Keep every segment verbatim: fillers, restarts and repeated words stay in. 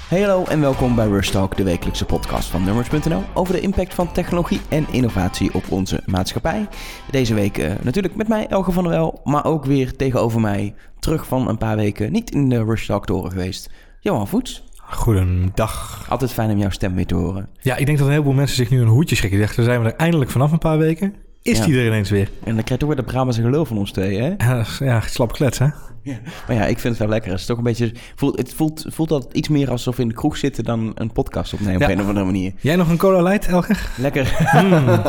Hey, hallo en welkom bij Rush Talk, de wekelijkse podcast van Numbers punt n l over de impact van technologie en innovatie op onze maatschappij. Deze week uh, natuurlijk met mij, Elge van der Wel, maar ook weer tegenover mij, terug van een paar weken niet in de Rush Talk toren geweest, Johan Voets. Goedendag. Altijd fijn om jouw stem weer te horen. Ja, ik denk dat een heleboel mensen zich nu een hoedje schrikken. Zeggen, zijn we er eindelijk vanaf een paar weken? Is ja. die er ineens weer? En dan krijg je toch weer de Brabantse gelul van ons twee, hè? Ja, ja slap klets, hè? Ja. Maar ja, ik vind het wel lekker. Het is toch een beetje, voelt, het voelt, voelt dat iets meer alsof we in de kroeg zitten dan een podcast opnemen ja. op een of andere manier. Jij nog een Cola Light, Elke? Lekker. Mm.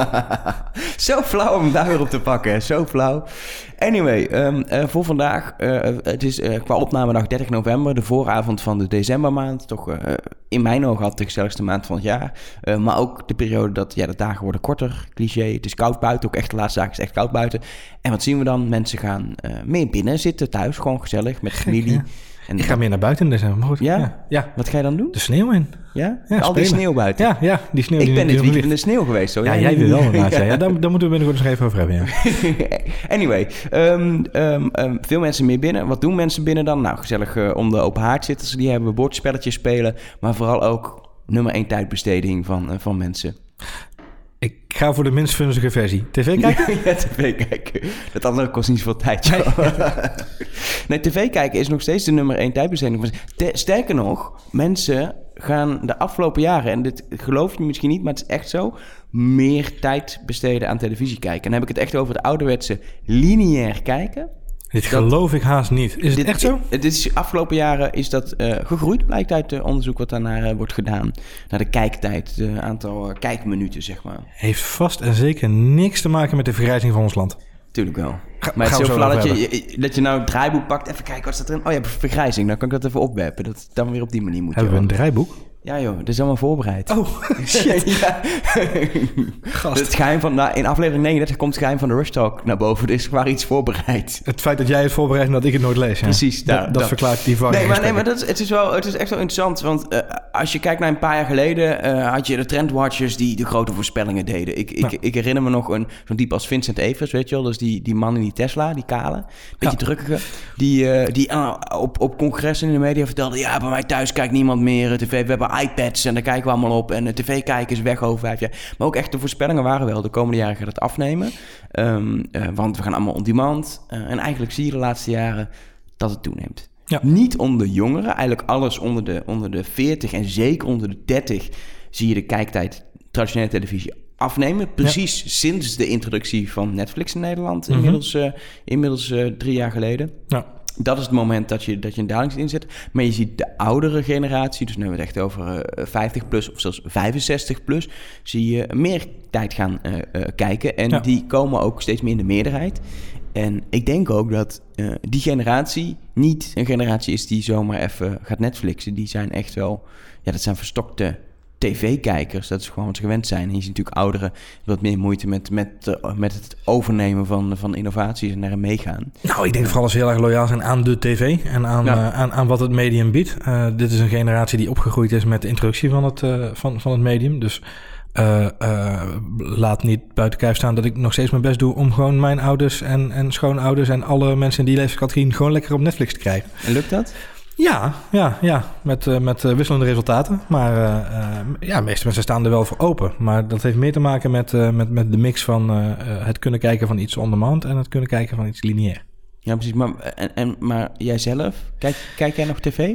Zo flauw om daar weer op te pakken. Zo flauw. Anyway, um, uh, voor vandaag. Uh, het is uh, qua opnamedag dertig november, de vooravond van de decembermaand. Toch uh, in mijn ogen altijd de gezelligste maand van het jaar. Uh, maar ook de periode dat ja, de dagen worden korter. Cliché, het is koud buiten. Ook echt de laatste dagen is het echt koud buiten. En wat zien we dan? Mensen gaan uh, meer binnen zitten thuis. Gewoon gezellig met familie. Gek, ja. En ik ga meer naar buiten in december. Maar goed, ja? Ja. ja? Wat ga je dan doen? De sneeuw in. Ja? ja Al die sneeuw buiten? Ja, ja die sneeuw. Ik die ben dit weekend ligt. in de sneeuw geweest. Zo. Ja, ja, jij wil wel inderdaad. ja. Ja, daar, daar moeten we binnenkort nog even over hebben. Ja. Anyway, um, um, um, veel mensen meer binnen. Wat doen mensen binnen dan? Nou, gezellig uh, om de open haard zitten ze. Die hebben bordspelletjes spelen. Maar vooral ook nummer één tijdbesteding van, uh, van mensen. Ik ga voor de minst vunzige versie. T V kijken? Ja, tv kijken. Dat andere kost niet zoveel tijd. Nee. nee, tv kijken is nog steeds de nummer één tijdbesteding. Sterker nog, mensen gaan de afgelopen jaren, en dit geloof je misschien niet, maar het is echt zo, meer tijd besteden aan televisie kijken. En dan heb ik het echt over het ouderwetse lineair kijken. Dit geloof dat, ik haast niet. Is het dit, echt zo? Dit is, afgelopen jaren is dat uh, gegroeid, blijkt uit uh, onderzoek wat daarnaar uh, wordt gedaan. Naar de kijktijd, het aantal uh, kijkminuten, zeg maar. Heeft vast en zeker niks te maken met de vergrijzing van ons land. Tuurlijk wel. Ga, maar het is zo flauw dat je, je, dat je nou het draaiboek pakt, even kijken wat staat erin. Oh ja, vergrijzing, dan kan ik dat even opwerpen. Dat het dan weer op die manier moet. Hebben joh. we een draaiboek? Ja joh, dat is allemaal voorbereid. Oh, shit. ja. Gast. Het geheim van, nou, in aflevering negenendertig komt het geheim van de Rush Talk naar boven. Er is waar iets voorbereid. Het feit dat jij het voorbereidt en dat ik het nooit lees. Ja. Precies. Daar, dat, dat verklaart die variatie. Nee, maar, nee, maar dat is, het, is wel, het is echt wel interessant. Want uh, als je kijkt naar een paar jaar geleden, uh, had je de trendwatchers die de grote voorspellingen deden. Ik, ik, ja. ik herinner me nog een, zo'n type als Vincent Evers, weet je wel. Dus die, die man in die Tesla, die kale, beetje ja. drukkige. Die, uh, die uh, op, op congressen in de media vertelde, ja, bij mij thuis kijkt niemand meer tv. We hebben iPads en daar kijken we allemaal op. En de tv kijken is weg over vijf jaar. Maar ook echt de voorspellingen waren wel, de komende jaren gaat het afnemen. Um, uh, want we gaan allemaal on demand. Uh, en eigenlijk zie je de laatste jaren dat het toeneemt. Ja. Niet onder jongeren, eigenlijk alles onder de, onder de veertig en zeker onder de dertig zie je de kijktijd traditionele televisie afnemen. Precies ja. sinds de introductie van Netflix in Nederland, mm-hmm. inmiddels, uh, inmiddels uh, drie jaar geleden. Ja. Dat is het moment dat je, dat je een daling inzet. Maar je ziet de oudere generatie, dus nu hebben we het echt over uh, vijftig plus of zelfs vijfenzestig plus, zie je meer tijd gaan uh, uh, kijken. En ja. die komen ook steeds meer in de meerderheid. En ik denk ook dat uh, die generatie niet een generatie is die zomaar even gaat Netflixen. Die zijn echt wel, ja, dat zijn verstokte tv-kijkers, dat is gewoon wat ze gewend zijn. En je ziet natuurlijk ouderen wat meer moeite met, met, uh, met het overnemen van, van innovaties en daarin meegaan. Nou, ik denk vooral dat ze heel erg loyaal zijn aan de tv en aan, ja. uh, aan, aan wat het medium biedt. Uh, dit is een generatie die opgegroeid is met de introductie van het, uh, van, van het medium. Dus uh, uh, laat niet buiten kijf staan dat ik nog steeds mijn best doe om gewoon mijn ouders en, en schoonouders en alle mensen in die leeftijdscategorie gewoon lekker op Netflix te krijgen. En lukt dat? Ja, ja, ja. Met, uh, met uh, wisselende resultaten. Maar uh, uh, ja, de meeste mensen staan er wel voor open. Maar dat heeft meer te maken met, uh, met, met de mix van uh, het kunnen kijken van iets on demand en het kunnen kijken van iets lineair. Ja, precies. Maar, en, en, maar jij zelf, kijk, kijk jij nog tv?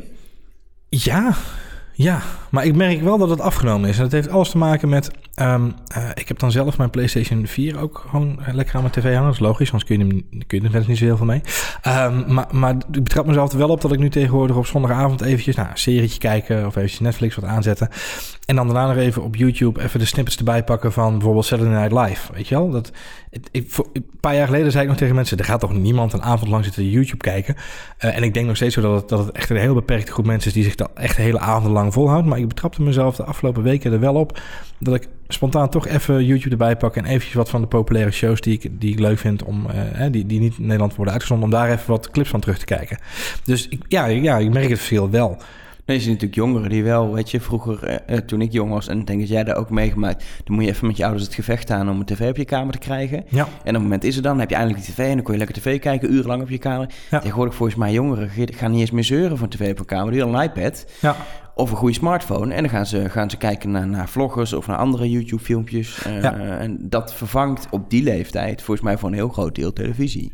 Ja, ja. Maar ik merk wel dat het afgenomen is. En dat heeft alles te maken met... Um, uh, ik heb dan zelf mijn PlayStation vier ook gewoon lekker aan mijn tv hangen. Dat is logisch, anders kun je, hem, kun je er net niet zo heel veel mee. Um, maar, maar ik betrap mezelf er wel op dat ik nu tegenwoordig op zondagavond eventjes nou, een serietje kijken of eventjes Netflix wat aanzetten. En dan daarna nog even op YouTube even de snippets erbij pakken van bijvoorbeeld Saturday Night Live. Weet je wel? Dat, ik, ik, voor, een paar jaar geleden zei ik nog tegen mensen, er gaat toch niemand een avond lang zitten YouTube kijken. Uh, en ik denk nog steeds zo dat het, dat het echt een heel beperkte groep mensen is die zich dat echt de hele avond lang volhoudt. Maar ik betrapte mezelf de afgelopen weken er wel op dat ik spontaan toch even YouTube erbij pakken en eventjes wat van de populaire shows die ik, die ik leuk vind om uh, die, die niet in Nederland worden uitgezonden, om daar even wat clips van terug te kijken. Dus ik, ja, ja, ik merk het verschil wel. Nee, je ziet natuurlijk jongeren die wel, weet je, vroeger uh, toen ik jong was... en ik denk dat jij daar ook meegemaakt... dan moet je even met je ouders het gevecht aan om een tv op je kamer te krijgen. Ja. En op het moment is er dan, dan heb je eindelijk die tv... en dan kon je lekker tv kijken, urenlang op je kamer. Ja. Tegenwoordig volgens mij jongeren gaan niet eens meer zeuren voor een tv op een kamer. Die hebben een iPad ja. of een goede smartphone... en dan gaan ze, gaan ze kijken naar, naar vloggers of naar andere YouTube-filmpjes. Uh, ja. En dat vervangt op die leeftijd volgens mij voor een heel groot deel televisie.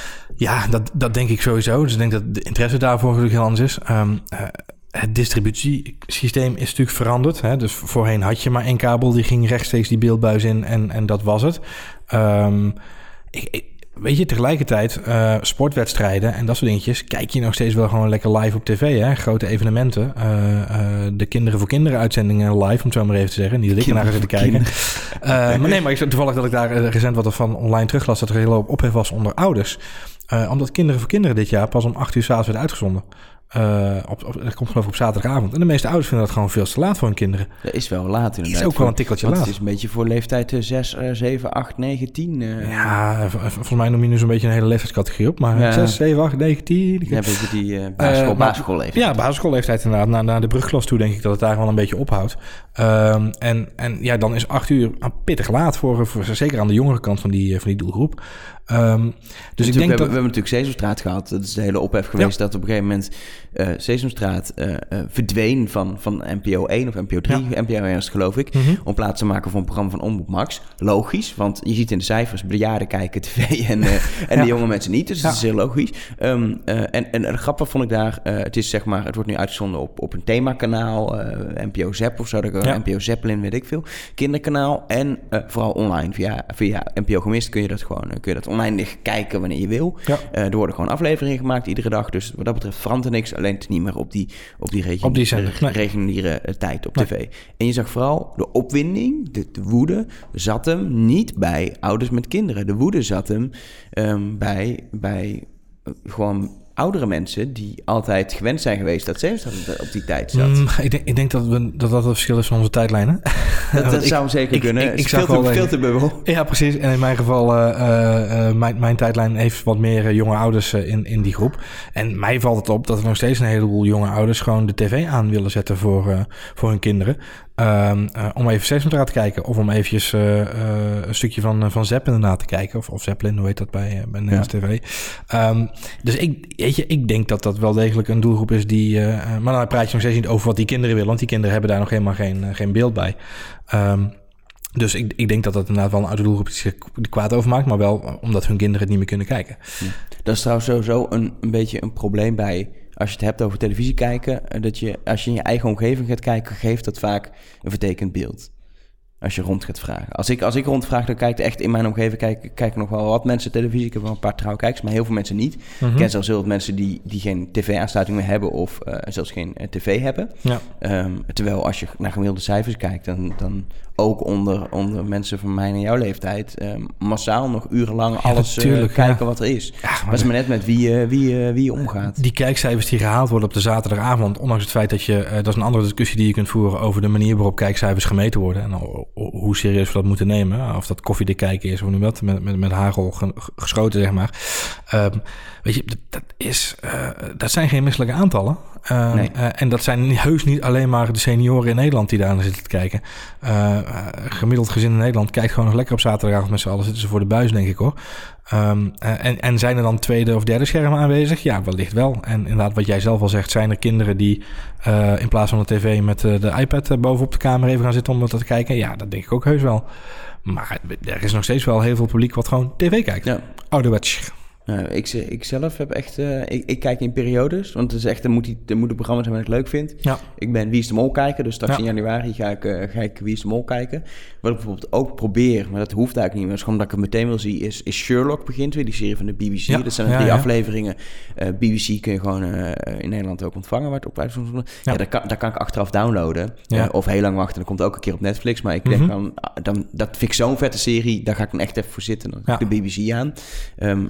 Ja, dat, dat denk ik sowieso. Dus ik denk dat de interesse daarvoor natuurlijk heel anders is. Um, uh, Het distributiesysteem is natuurlijk veranderd. Hè? Dus voorheen had je maar één kabel, die ging rechtstreeks die beeldbuis in en, en dat was het. Um, ik, ik, weet je, tegelijkertijd uh, sportwedstrijden en dat soort dingetjes... kijk je nog steeds wel gewoon lekker live op tv. Hè? Grote evenementen. Uh, uh, de Kinderen voor Kinderen uitzendingen live, om het zo maar even te zeggen. Niet dat ik ernaar ga zitten kijken. Uh, maar nee, maar ik, toevallig dat ik daar uh, recent wat van online teruglas... dat er heel hoop ophef was onder ouders. Uh, omdat Kinderen voor Kinderen dit jaar pas om acht uur 's avonds werd uitgezonden. Uh, op, op, dat komt geloof ik op zaterdagavond. En de meeste ouders vinden dat gewoon veel te laat voor hun kinderen. Dat is wel laat inderdaad. Is ook wel een tikkeltje laat. Het is een beetje voor leeftijd zes, zeven, acht, negen, tien. Uh. Ja, volgens mij noem je nu zo'n beetje een hele leeftijdscategorie op. Maar ja. zes, zeven, acht, negen, tien. Ja, een beetje die uh, basisschool, uh, basisschoolleeftijd. Ja, basisschoolleeftijd inderdaad. Na, na de brugklas toe denk ik dat het daar wel een beetje ophoudt. Um, en, en ja, dan is acht uur pittig laat voor, voor zeker aan de jongere kant van die, van die doelgroep. Um, dus ik denk we, dat... hebben, we hebben natuurlijk Sesamstraat gehad. Dat is de hele ophef geweest ja. dat op een gegeven moment uh, Sesamstraat uh, uh, verdween van, van N P O één of N P O drie, ja. N P O Ernst geloof ik, mm-hmm. om plaats te maken voor een programma van Omroep Max. Logisch, want je ziet in de cijfers, bejaarden kijken tv en, uh, en ja. de jonge mensen niet, dus ja. dat is heel logisch. Um, uh, en, en het grappige vond ik daar, uh, het is zeg maar, het wordt nu uitgezonden op, op een themakanaal, uh, N P O Zep of zo, dat ja. N P O Zeppelin, weet ik veel, kinderkanaal en uh, vooral online via, via N P O Gemist kun je dat gewoon, uh, kun je dat oneindig kijken wanneer je wil. Ja. Uh, er worden gewoon afleveringen gemaakt iedere dag. Dus wat dat betreft verandert niks. Alleen het is niet meer op die, op die, regen, op die zender, nee. reguliere uh, tijd op nee. tv. En je zag vooral de opwinding, de, de woede, zat hem niet bij ouders met kinderen. De woede zat hem um, bij, bij uh, gewoon oudere mensen die altijd gewend zijn geweest dat Sesamstraat op die tijd zat. Mm, ik, denk, ik denk dat we, dat, dat het verschil is van onze tijdlijnen. Dat, dat zou zeker ik, kunnen. Ik, ik, ik veel, te, veel te bubbel. Ja, precies. En in mijn geval, uh, uh, mijn, mijn tijdlijn heeft wat meer uh, jonge ouders uh, in, in die groep. En mij valt het op dat er nog steeds een heleboel jonge ouders gewoon de tv aan willen zetten voor, uh, voor hun kinderen. Um, uh, om even Sesamstraat te kijken. Of om eventjes uh, uh, een stukje van, uh, van Zep inderdaad te kijken. Of, of Zeppelin, hoe heet dat bij, uh, bij Nederlands ja. tv. Um, dus ik, weet je, ik denk dat dat wel degelijk een doelgroep is die... Uh, maar dan praat je nog steeds niet over wat die kinderen willen. Want die kinderen hebben daar nog helemaal geen, uh, geen beeld bij. Um, dus ik, ik denk dat dat inderdaad wel een oude doelgroep is die kwaad over maakt. Maar wel omdat hun kinderen het niet meer kunnen kijken. Ja. Dat is trouwens sowieso een, een beetje een probleem bij... Als je het hebt over televisie kijken, dat je als je in je eigen omgeving gaat kijken, geeft dat vaak een vertekend beeld. Als je rond gaat vragen. Als ik, als ik rondvraag, dan kijkt echt in mijn omgeving kijken, kijken nog wel wat mensen televisie. Ik heb wel een paar trouwe kijkers, maar heel veel mensen niet. Mm-hmm. Ik ken zelfs heel veel mensen die, die geen tv-aansluiting meer hebben of uh, zelfs geen uh, tv hebben. Ja. Um, terwijl als je naar gemiddelde cijfers kijkt, dan, dan ook onder, onder mensen van mijn en jouw leeftijd um, massaal nog urenlang ja, alles uh, kijken ja. wat er is. Ja, maar dat is maar net met wie, uh, wie, uh, wie je omgaat. Die kijkcijfers die gehaald worden op de zaterdagavond, ondanks het feit dat je, uh, dat is een andere discussie die je kunt voeren over de manier waarop kijkcijfers gemeten worden en al, hoe serieus we dat moeten nemen. Of dat koffiedik kijken is of nu wat, met, met, met hagel geschoten, zeg maar. Um, weet je, dat, dat, is, uh, dat zijn geen misselijke aantallen. Uh, nee. uh, en dat zijn heus niet alleen maar de senioren in Nederland die daar naar zitten te kijken. Uh, uh, gemiddeld gezin in Nederland kijkt gewoon nog lekker op zaterdagavond met z'n allen. Zitten ze voor de buis, denk ik hoor. Um, uh, en, en zijn er dan tweede of derde schermen aanwezig? Ja, wellicht wel. En inderdaad, wat jij zelf al zegt, zijn er kinderen die uh, in plaats van de tv met uh, de iPad uh, bovenop de kamer even gaan zitten om dat te kijken? Ja, dat denk ik ook heus wel. Maar er is nog steeds wel heel veel publiek wat gewoon tv kijkt. Ja. Ouderwets. Nou, ik, ik zelf heb echt... Uh, ik, ik kijk in periodes, want het is echt, er moet, die, er moet een programma zijn wat ik leuk vind. Ja. Ik ben Wie is de Mol kijken, dus straks ja. in januari ga ik, uh, ga ik Wie is de Mol kijken. Wat ik bijvoorbeeld ook probeer, maar dat hoeft eigenlijk niet meer, is gewoon dat ik het meteen wil zien, is, is Sherlock begint weer, die serie van de B B C. Ja. Dat zijn ja, drie ja. afleveringen. Uh, B B C kun je gewoon uh, in Nederland ook ontvangen, waar het op uitgezonden wordt. Ja, ja daar, kan, daar kan ik achteraf downloaden. Ja. Uh, of heel lang wachten, dan komt het ook een keer op Netflix. Maar ik mm-hmm. denk dan, dan, dat vind ik zo'n vette serie, daar ga ik dan echt even voor zitten. Dan ja. de B B C aan. Um, en, en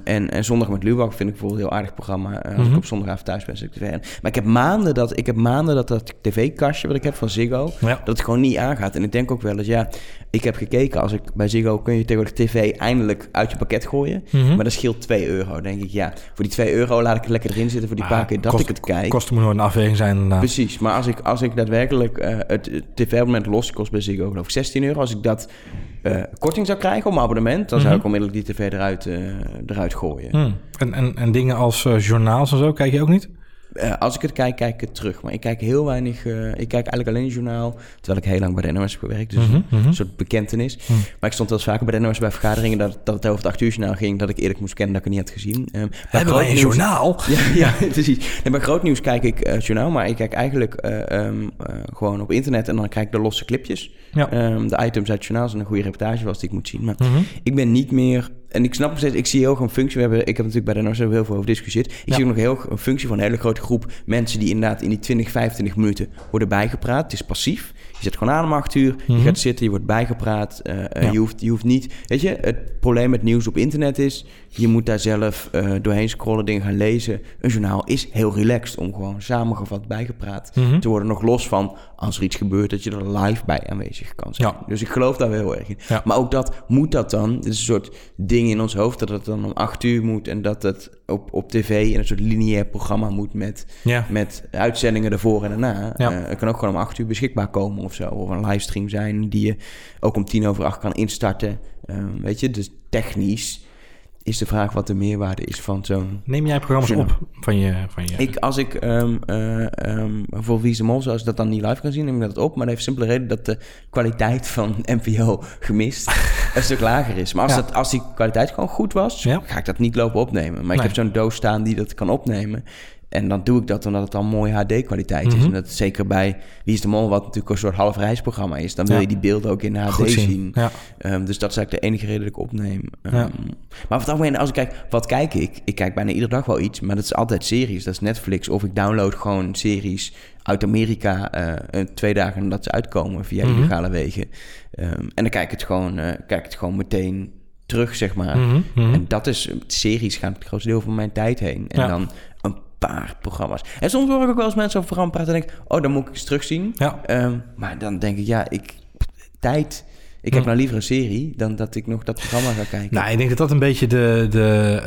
Zondag met Lubach vind ik bijvoorbeeld een heel aardig programma. Uh, als Mm-hmm. ik op zondagavond thuis ben, zet ik tv aan. Maar ik heb maanden dat ik heb maanden dat dat tv-kastje wat ik heb van Ziggo, Ja. dat het gewoon niet aangaat. En ik denk ook wel eens, ja, ik heb gekeken, als ik bij Ziggo kun je tegenwoordig tv eindelijk uit je pakket gooien. Mm-hmm. Maar dat scheelt twee euro. denk ik, ja, voor die twee euro laat ik het lekker erin zitten voor die Maar paar keer dat kost, ik het kijk. Kosten moet nooit een afweging zijn inderdaad. Precies, maar als ik, als ik daadwerkelijk uh, het, het tv-abonnement los kost bij Ziggo geloof ik zestien euro. Als ik dat uh, korting zou krijgen op mijn abonnement, dan zou Mm-hmm. ik onmiddellijk die tv eruit, uh, eruit gooien. Hmm. En, en, en dingen als uh, journaals en zo, kijk je ook niet? Uh, als ik het kijk, kijk ik het terug. Maar ik kijk heel weinig... Uh, ik kijk eigenlijk alleen journaal. Terwijl ik heel lang bij de N O S heb gewerkt. Dus Mm-hmm, een mm-hmm. soort bekentenis. Mm. Maar ik stond wel eens vaker bij de N O S bij vergaderingen... dat, dat het over het acht uur journaal ging. Dat ik eerlijk moest kennen dat ik het niet had gezien. Um, Hebben wij een nieuws, journaal? Ja, ja precies. Nee, bij groot nieuws kijk ik uh, journaal. Maar ik kijk eigenlijk uh, um, uh, gewoon op internet. En dan kijk ik de losse clipjes. Ja. Um, de items uit het journaal zijn een goede reportage was die ik moet zien. Maar Mm-hmm. ik ben niet meer... En ik snap nog steeds, ik zie heel erg een functie. We hebben, ik heb natuurlijk bij de N O S heel veel over gediscussieerd. Ik Ja. zie ook nog heel erg een functie van een hele grote groep mensen die inderdaad in die twintig, vijfentwintig minuten worden bijgepraat. Het is passief. Je zet gewoon aan om acht uur. Mm-hmm. Je gaat zitten, je wordt bijgepraat. Uh, Ja. je, hoeft, je hoeft niet... Weet je, het probleem met nieuws op internet is... Je moet daar zelf uh, doorheen scrollen, dingen gaan lezen. Een journaal is heel relaxed om gewoon samengevat bijgepraat Mm-hmm. te worden. Nog los van, als er iets gebeurt, dat je er live bij aanwezig kan zijn. Ja. Dus ik geloof daar wel heel erg in. Ja. Maar ook dat, moet dat dan? Het is een soort ding in ons hoofd dat het dan om acht uur moet... en dat het op, op tv in een soort lineair programma moet... met, Ja. met uitzendingen ervoor en daarna. Ja. Uh, het kan ook gewoon om acht uur beschikbaar komen of zo. Of een livestream zijn die je ook om tien over acht kan instarten. Um, weet je, dus technisch is de vraag wat de meerwaarde is van zo'n... Neem jij programma's journaal op van je... Van je... Ik, als ik um, uh, um, voor Wie is de Mol, zoals ik dat dan niet live kan zien, neem ik dat op. Maar dat heeft simpele reden dat de kwaliteit van N P O gemist een stuk lager is. Maar als, Ja. dat, als die kwaliteit gewoon goed was, Ja. ga ik dat niet lopen opnemen. Maar ik Nee. heb zo'n doos staan die dat kan opnemen. En dan doe ik dat omdat het dan mooi H D-kwaliteit is. Mm-hmm. En dat is zeker bij Wie is de Mol, wat natuurlijk een soort half reisprogramma is. Dan wil Ja. je die beelden ook in H D Goed zien. zien. Ja. Um, dus dat is eigenlijk de enige reden dat ik opneem. Um, Ja. Maar over het algemeen, als ik kijk, wat kijk ik? Ik kijk bijna iedere dag wel iets, maar dat is altijd series. Dat is Netflix. Of ik download gewoon series uit Amerika uh, twee dagen nadat ze uitkomen via Mm-hmm. illegale wegen. Um, en dan kijk ik het gewoon, uh, kijk ik het gewoon meteen terug, zeg maar. Mm-hmm. Mm-hmm. En dat is, series gaan het grootste deel van mijn tijd heen. En Ja. dan een paar programma's. En soms hoor ik ook wel eens mensen over programma praten en denk ik, oh, dan moet ik eens terugzien. Ja. Um, maar dan denk ik, ja, ik tijd. Ik heb Hm. nou liever een serie dan dat ik nog dat programma ga kijken. Nou, ik denk dat dat een beetje de... de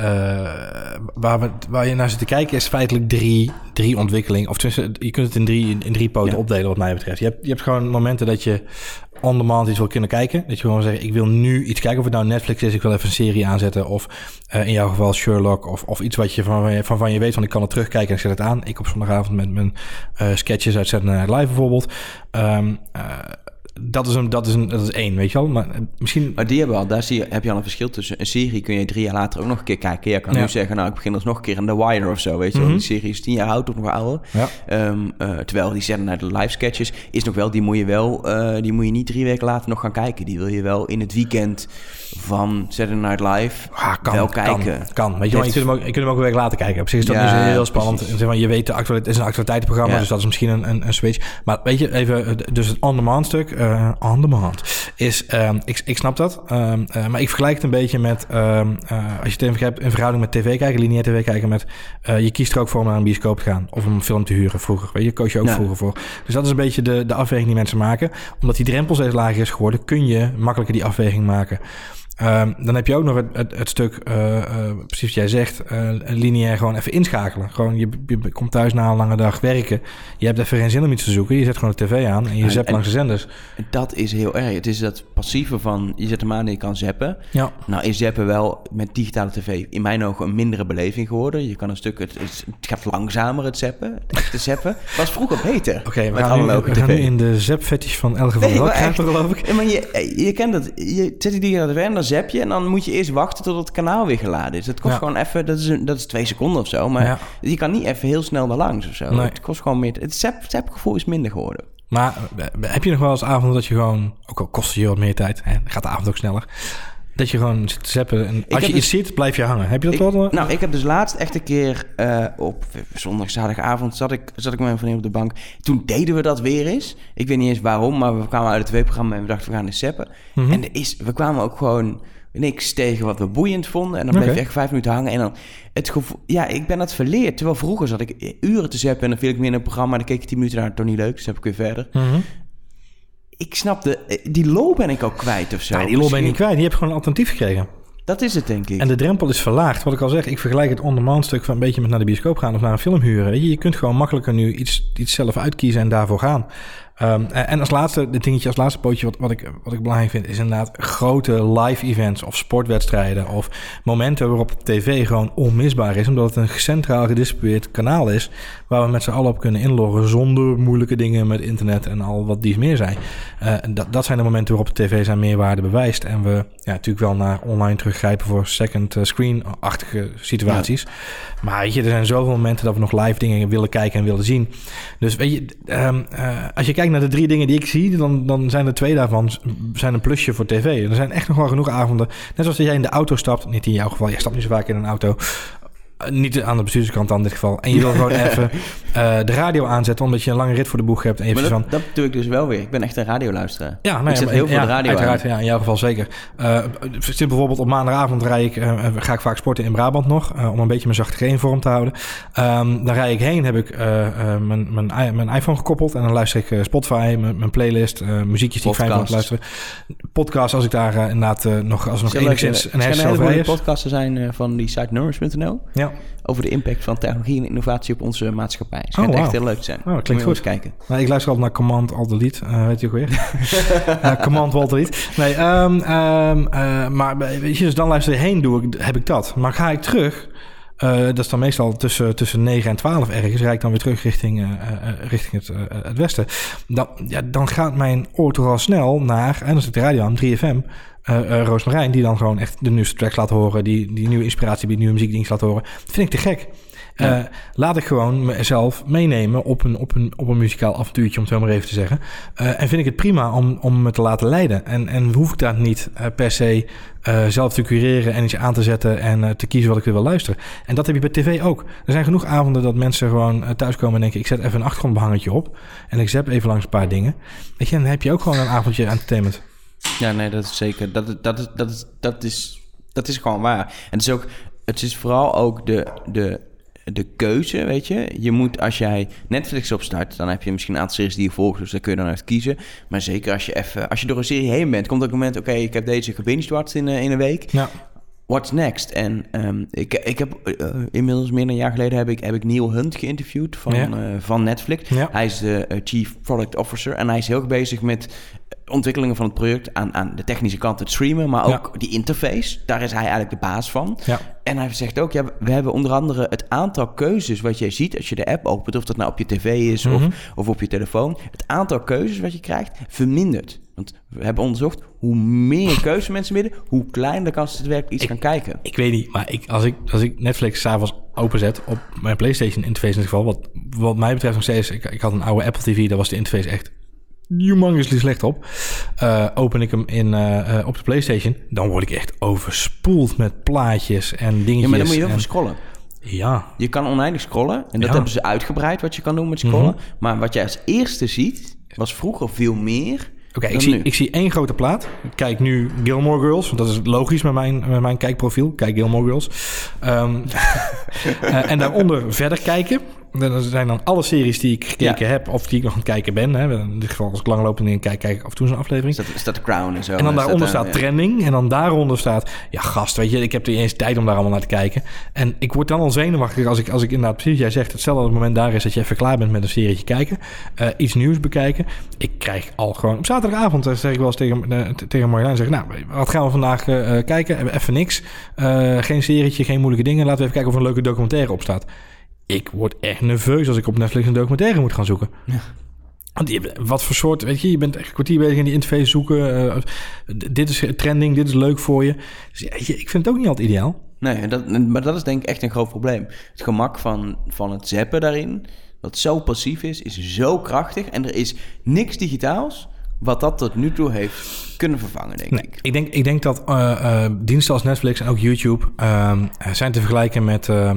uh, waar, we, waar je naar zit te kijken is feitelijk drie, drie ontwikkelingen. Of tenminste, je kunt het in drie, in drie poten Ja. opdelen wat mij betreft. Je hebt, je hebt gewoon momenten dat je on demand iets wil kunnen kijken. Dat je gewoon zegt, ik wil nu iets kijken. Of het nou Netflix is, ik wil even een serie aanzetten. Of uh, in jouw geval Sherlock. Of, of iets wat je van, van, van je weet, van ik kan het terugkijken en ik zet het aan. Ik op zondagavond met mijn uh, sketches uit Saturday Night Live bijvoorbeeld. Um, uh, Dat is, een, dat, is een, dat is één, weet je wel. Maar misschien... Maar die hebben we al. Daar zie je, heb je al een verschil tussen. Een serie kun je drie jaar later ook nog een keer kijken. Je kan Ja. nu zeggen, nou, ik begin dus nog een keer aan The Wire of zo, weet je wel. Mm-hmm. Die serie is tien jaar oud of nog ouder. Ja. Um, uh, terwijl die zetten naar de live sketches is nog wel, die moet je wel, uh, die moet je niet drie weken later nog gaan kijken. Die wil je wel in het weekend van Saturday Night Live Ah, kan, wel kan, kijken. Kan, weet je wel. Je kunt hem ook, je kunt hem ook een week later kijken. Op zich is dat Ja, niet zo heel spannend. precies. Zeg maar, je weet, de actualiteit, het is een actualiteitenprogramma, Ja. dus dat is misschien een, een, een switch. Maar weet je, even, dus het on-demand stuk, uh, on-demand, is, um, ik, ik snap dat, um, uh, maar ik vergelijk het een beetje met, um, uh, als je het even hebt in verhouding met tv kijken, lineair tv kijken, met, uh, je kiest er ook voor om naar een bioscoop te gaan, of om een film te huren vroeger, weet je, koos je ook Ja. vroeger voor. Dus dat is een beetje de, de afweging die mensen maken. Omdat die drempel steeds lager is geworden, kun je makkelijker die afweging maken. Um, dan heb je ook nog het, het, het stuk, uh, uh, precies wat jij zegt, uh, lineair gewoon even inschakelen. Gewoon, je, je komt thuis na een lange dag werken. Je hebt even geen zin om iets te zoeken. Je zet gewoon de tv aan en je Ja, zapt en- langs de zenders. En dat is heel erg. Het is dat passieve van, je zet hem aan en je kan zappen. Ja. Nou is zappen wel met digitale tv in mijn ogen een mindere beleving geworden. Je kan een stuk, het, het gaat langzamer het zappen, het echte zappen. Was vroeger beter. Oké, okay, we, met gaan nu- analoge we gaan nu tv. in de zap-fetish van Elge van Nee, der Wal maar echt. kruipen, geloof ik. Ja, maar je, je kent dat. Je zet die digitale tv en dan zap je en dan moet je eerst wachten tot het kanaal weer geladen is. Dat kost Ja. gewoon even, dat is, een, dat is twee seconden of zo. Maar Ja. je kan niet even heel snel daar langs of zo. Nee. Het kost gewoon meer. Het zap, zapgevoel is minder geworden. Maar uh, heb je nog wel eens avonden dat je gewoon, ook al kost je wat meer tijd, hè, gaat de avond ook sneller, dat je gewoon zit te zappen en als heb je dus- iets ziet, blijf je hangen. Heb je dat Ik, wel? nou, ik heb dus laatst echt een keer uh, op zondag, zaterdagavond zat ik, zat ik met mijn vriendin op de bank. Toen deden we dat weer eens. Ik weet niet eens waarom, maar we kwamen uit het tv-programma en we dachten we gaan eens zappen. Mhm. En er is, we kwamen ook gewoon niks tegen wat we boeiend vonden. En dan bleef Okay. je echt vijf minuten hangen. En dan het gevoel... Ja, ik ben dat verleerd. Terwijl vroeger zat ik uren te zappen en dan viel ik meer in een programma. Dan keek ik tien minuten naar, toch niet leuk. Dus dan heb ik weer verder. Mm-hmm. Ik snapte... Die lol ben ik ook kwijt of zo. Nou, die lol ben je niet kwijt. Die heb je gewoon een alternatief gekregen. Dat is het, denk ik. En de drempel is verlaagd. Wat ik al zeg, ik vergelijk het on-demand stuk van een beetje met naar de bioscoop gaan of naar een film huren. Weet je, je kunt gewoon makkelijker nu iets, iets zelf uitkiezen en daarvoor gaan. Um, en als laatste, dit dingetje als laatste pootje, wat, wat, ik, wat ik belangrijk vind, is inderdaad grote live events of sportwedstrijden of momenten waarop tv gewoon onmisbaar is, omdat het een centraal gedistribueerd kanaal is, waar we met z'n allen op kunnen inloggen zonder moeilijke dingen met internet en al wat dies meer zijn. Uh, dat, dat zijn de momenten waarop de tv zijn meerwaarde bewijst en we ja, natuurlijk wel naar online teruggrijpen voor second screen-achtige situaties. Ja. Maar weet je, er zijn zoveel momenten dat we nog live dingen willen kijken en willen zien. Dus weet je, um, uh, als je kijkt naar de drie dingen die ik zie, dan, dan zijn er twee daarvan zijn een plusje voor tv. Er zijn echt nog wel genoeg avonden. Net zoals dat jij in de auto stapt, niet in jouw geval, jij stapt niet zo vaak in een auto. Uh, niet aan de bestuurderskant dan in dit geval. En je wil gewoon even uh, de radio aanzetten, omdat je een lange rit voor de boeg hebt. En je maar hebt dat, van, dat doe ik dus wel weer. Ik ben echt een radioluisteraar. Ja, nou ik ja, zet maar, heel veel ja, de radio uiteraard, aan. Ja, in jouw geval zeker. Uh, bijvoorbeeld op maandagavond rij ik, uh, ga ik vaak sporten in Brabant nog, uh, om een beetje mijn zachte G in vorm te houden. Um, dan rij ik heen, heb ik uh, uh, mijn, mijn, mijn iPhone gekoppeld en dan luister ik uh, Spotify, mijn, mijn playlist, uh, muziekjes die Podcast. ik fijn vind om te luisteren. Podcast als ik daar uh, inderdaad uh, nog, als nog enigszins uh, een herstel is. podcasten zijn uh, van die site nourish punt n l. Ja. Over de impact van technologie en innovatie op onze maatschappij. Het schijnt oh, wow. echt heel leuk te zijn. Oh, dat klinkt goed. Eens kijken. Nou, ik luister altijd naar Command Alt Delete. Uh, weet je ook weer? uh, Command Alt Delete. Nee, um, um, uh, maar weet je, dus dan luister je heen, doe ik, heb ik dat. Maar ga ik terug, uh, dat is dan meestal tussen, tussen negen en twaalf ergens, rijd ik dan weer terug richting, uh, uh, richting het, uh, het westen. Dan, ja, dan gaat mijn oor toch al snel naar, en dan zit de radio aan, drie F M, Uh, uh, Roosmarijn, die dan gewoon echt de nieuwste tracks laat horen, die, die nieuwe inspiratie biedt, nieuwe muziekdienst laat horen. Dat vind ik te gek. Ja. Uh, laat ik gewoon mezelf meenemen op een, op een, op een muzikaal avontuurtje, om het zo maar even te zeggen. Uh, en vind ik het prima om, om me te laten leiden. En, en hoef ik daar niet uh, per se uh, zelf te cureren en iets aan te zetten en uh, te kiezen wat ik wil luisteren. En dat heb je bij tv ook. Er zijn genoeg avonden dat mensen gewoon uh, thuiskomen en denken, ik zet even een achtergrondbehangetje op en ik zap even langs een paar dingen. Weet je, dan heb je ook gewoon een avondje entertainment. Ja, nee, dat is zeker. Dat, dat, is, dat, is, dat, is, dat is gewoon waar. En het is ook, het is vooral ook de, de, de keuze, weet je. Je moet, als jij Netflix opstart, dan heb je misschien een aantal series die je volgt, dus daar kun je dan uit kiezen. Maar zeker als je even, als je door een serie heen bent, komt ook een moment, oké, okay, ik heb deze gebinged in, uh, in een week. Ja. What's next? En um, ik, ik heb uh, inmiddels meer dan een jaar geleden heb ik, heb ik Neil Hunt geïnterviewd van, ja. uh, van Netflix. Ja. Hij is de uh, Chief Product Officer en hij is heel erg bezig met ontwikkelingen van het product aan, aan de technische kant, het streamen, maar ook ja. die interface. Daar is hij eigenlijk de baas van. Ja. En hij zegt ook, ja, we hebben onder andere het aantal keuzes wat jij ziet als je de app opent, of dat nou op je tv is mm-hmm. of, of op je telefoon. Het aantal keuzes wat je krijgt vermindert. Want we hebben onderzocht, hoe meer keuzes mensen midden, hoe kleiner de kans dat ze werkelijk iets ik, gaan kijken. Ik weet niet, maar ik, als, ik, als ik Netflix 's avonds openzet op mijn PlayStation interface in ieder geval, wat, wat mij betreft nog steeds, ik, ik had een oude Apple T V, daar was de interface echt humongously slecht op. Uh, open ik hem in, uh, uh, op de PlayStation, dan word ik echt overspoeld met plaatjes en dingetjes. Ja, maar dan moet je heel en... veel scrollen. Ja. Je kan oneindig scrollen en dat ja. hebben ze uitgebreid wat je kan doen met scrollen. Mm-hmm. Maar wat jij als eerste ziet, was vroeger veel meer. Oké, okay, ik, zie, ik zie één grote plaat. Ik kijk nu Gilmore Girls, want dat is logisch met mijn, met mijn kijkprofiel. Kijk Gilmore Girls. Um, uh, en daaronder verder kijken. Dat zijn dan alle series die ik gekeken ja. heb of die ik nog aan het kijken ben. Hè. In dit geval als ik langlopend in kijk, kijk ik af en toe zo'n aflevering. Is dat, is dat de Crown en zo? En dan daaronder staat ja. trending. En dan daaronder staat, ja gast, weet je, ik heb er niet eens tijd om daar allemaal naar te kijken. En ik word dan al zenuwachtig als ik, als ik inderdaad precies, jij zegt, hetzelfde het moment daar is dat je even klaar bent met een serietje kijken. Uh, iets nieuws bekijken. Ik krijg al gewoon, op zaterdagavond zeg ik wel eens tegen, uh, tegen Marjolein, zeg ik, nou, wat gaan we vandaag uh, kijken? Hebben even niks. Uh, geen serietje, geen moeilijke dingen. Laten we even kijken of er een leuke documentaire op staat. Ik word echt nerveus als ik op Netflix een documentaire moet gaan zoeken. Ja. Want die, wat voor soort, weet je, je bent echt een kwartier bezig in die interface zoeken. Uh, dit is trending, dit is leuk voor je. Dus ja, ik vind het ook niet altijd ideaal. Nee, dat, maar dat is denk ik echt een groot probleem. Het gemak van, van het zappen daarin, wat zo passief is, is zo krachtig. En er is niks digitaals wat dat tot nu toe heeft kunnen vervangen, denk nee, ik. Ik denk, ik denk dat uh, uh, diensten als Netflix en ook YouTube uh, zijn te vergelijken met, uh,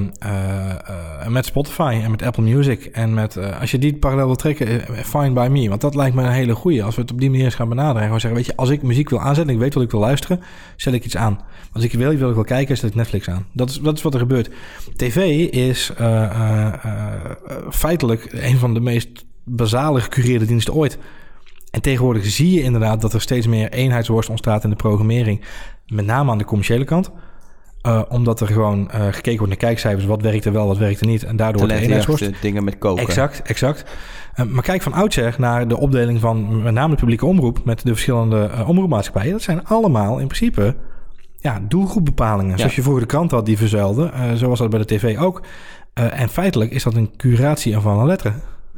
uh, met Spotify en met Apple Music. En met, uh, als je die parallel wil trekken, uh, fine by me. Want dat lijkt me een hele goeie. Als we het op die manier eens gaan benaderen. En gewoon zeggen, weet je, als ik muziek wil aanzetten en ik weet wat ik wil luisteren, zet ik iets aan. Als ik wil, wil ik wil kijken, zet ik Netflix aan. Dat is, dat is wat er gebeurt. T V is uh, uh, uh, feitelijk een van de meest basale gecureerde diensten ooit. En tegenwoordig zie je inderdaad dat er steeds meer eenheidsworst ontstaat in de programmering. Met name aan de commerciële kant. Uh, omdat er gewoon uh, gekeken wordt naar kijkcijfers. Wat werkt er wel, wat werkt er niet. En daardoor wordt de eenheidsworst. Dingen met koken. Exact, exact. Uh, maar kijk van oudsher naar de opdeling van met name de publieke omroep. Met de verschillende uh, omroepmaatschappijen. Dat zijn allemaal in principe ja, doelgroepbepalingen. Ja. Zoals je vroeger de krant had die verzuilde. Uh, zo was dat bij de tv ook. Uh, en feitelijk is dat een curatie van een letteren.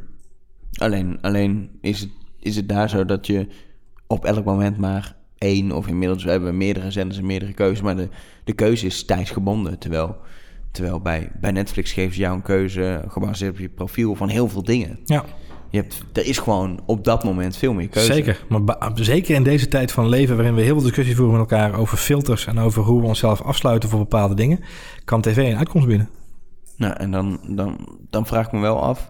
Alleen, alleen is het... is het daar zo dat je op elk moment maar één... of inmiddels we hebben meerdere zenders en meerdere keuzes... maar de, de keuze is tijdsgebonden. Terwijl, terwijl bij, bij Netflix geven ze jou een keuze... gebaseerd op je profiel van heel veel dingen. Ja. Je hebt, er is gewoon op dat moment veel meer keuze. Zeker, maar ba- zeker in deze tijd van leven... waarin we heel veel discussie voeren met elkaar... over filters en over hoe we onszelf afsluiten voor bepaalde dingen... kan tv een uitkomst bieden. Nou, en dan, dan, dan vraag ik me wel af...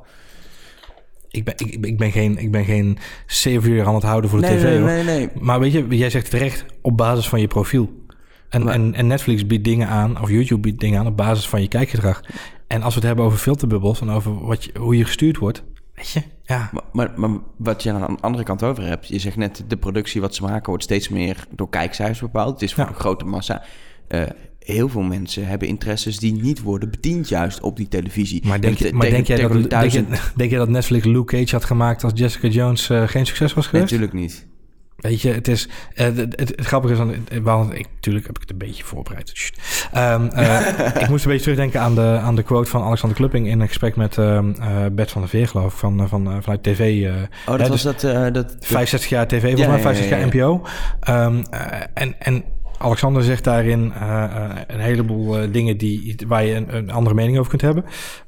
Ik ben, ik, ik ben geen, ik ben geen zeven uur aan het houden voor de nee, tv. Nee, hoor. nee, nee. Maar weet je, jij zegt terecht op basis van je profiel. En, maar, en, en Netflix biedt dingen aan, of YouTube biedt dingen aan op basis van je kijkgedrag. En als we het hebben over filterbubbels en over wat je, hoe je gestuurd wordt, weet je, ja. Maar, maar, maar wat je aan de andere kant over hebt, je zegt net, de productie wat ze maken wordt steeds meer door kijkcijfers bepaald. Het is voor ja. een grote massa. Uh, heel veel mensen hebben interesses die niet worden bediend juist op die televisie. Maar denk, je, maar denk, jij, dat, duizend... denk, je, denk jij dat Netflix Luke Cage had gemaakt als Jessica Jones uh, geen succes was geweest? Natuurlijk niet. Weet je, het is... Uh, het, het, het grappige is... Dan, wel, ik, natuurlijk heb ik het een beetje voorbereid. Um, uh, ik moest een beetje terugdenken aan de, aan de quote van Alexander Klupping... in een gesprek met uh, uh, Bert van der Veer, geloof ik, van, van, uh, vanuit tv. Uh, oh, dat hè, was dus dat, uh, dat... vijfenzestig jaar tv, volgens ja, mij, vijfenzestig ja, ja, ja. jaar N P O. Um, uh, en... en Alexander zegt daarin uh, uh, een heleboel uh, dingen die, waar je een, een andere mening over kunt hebben.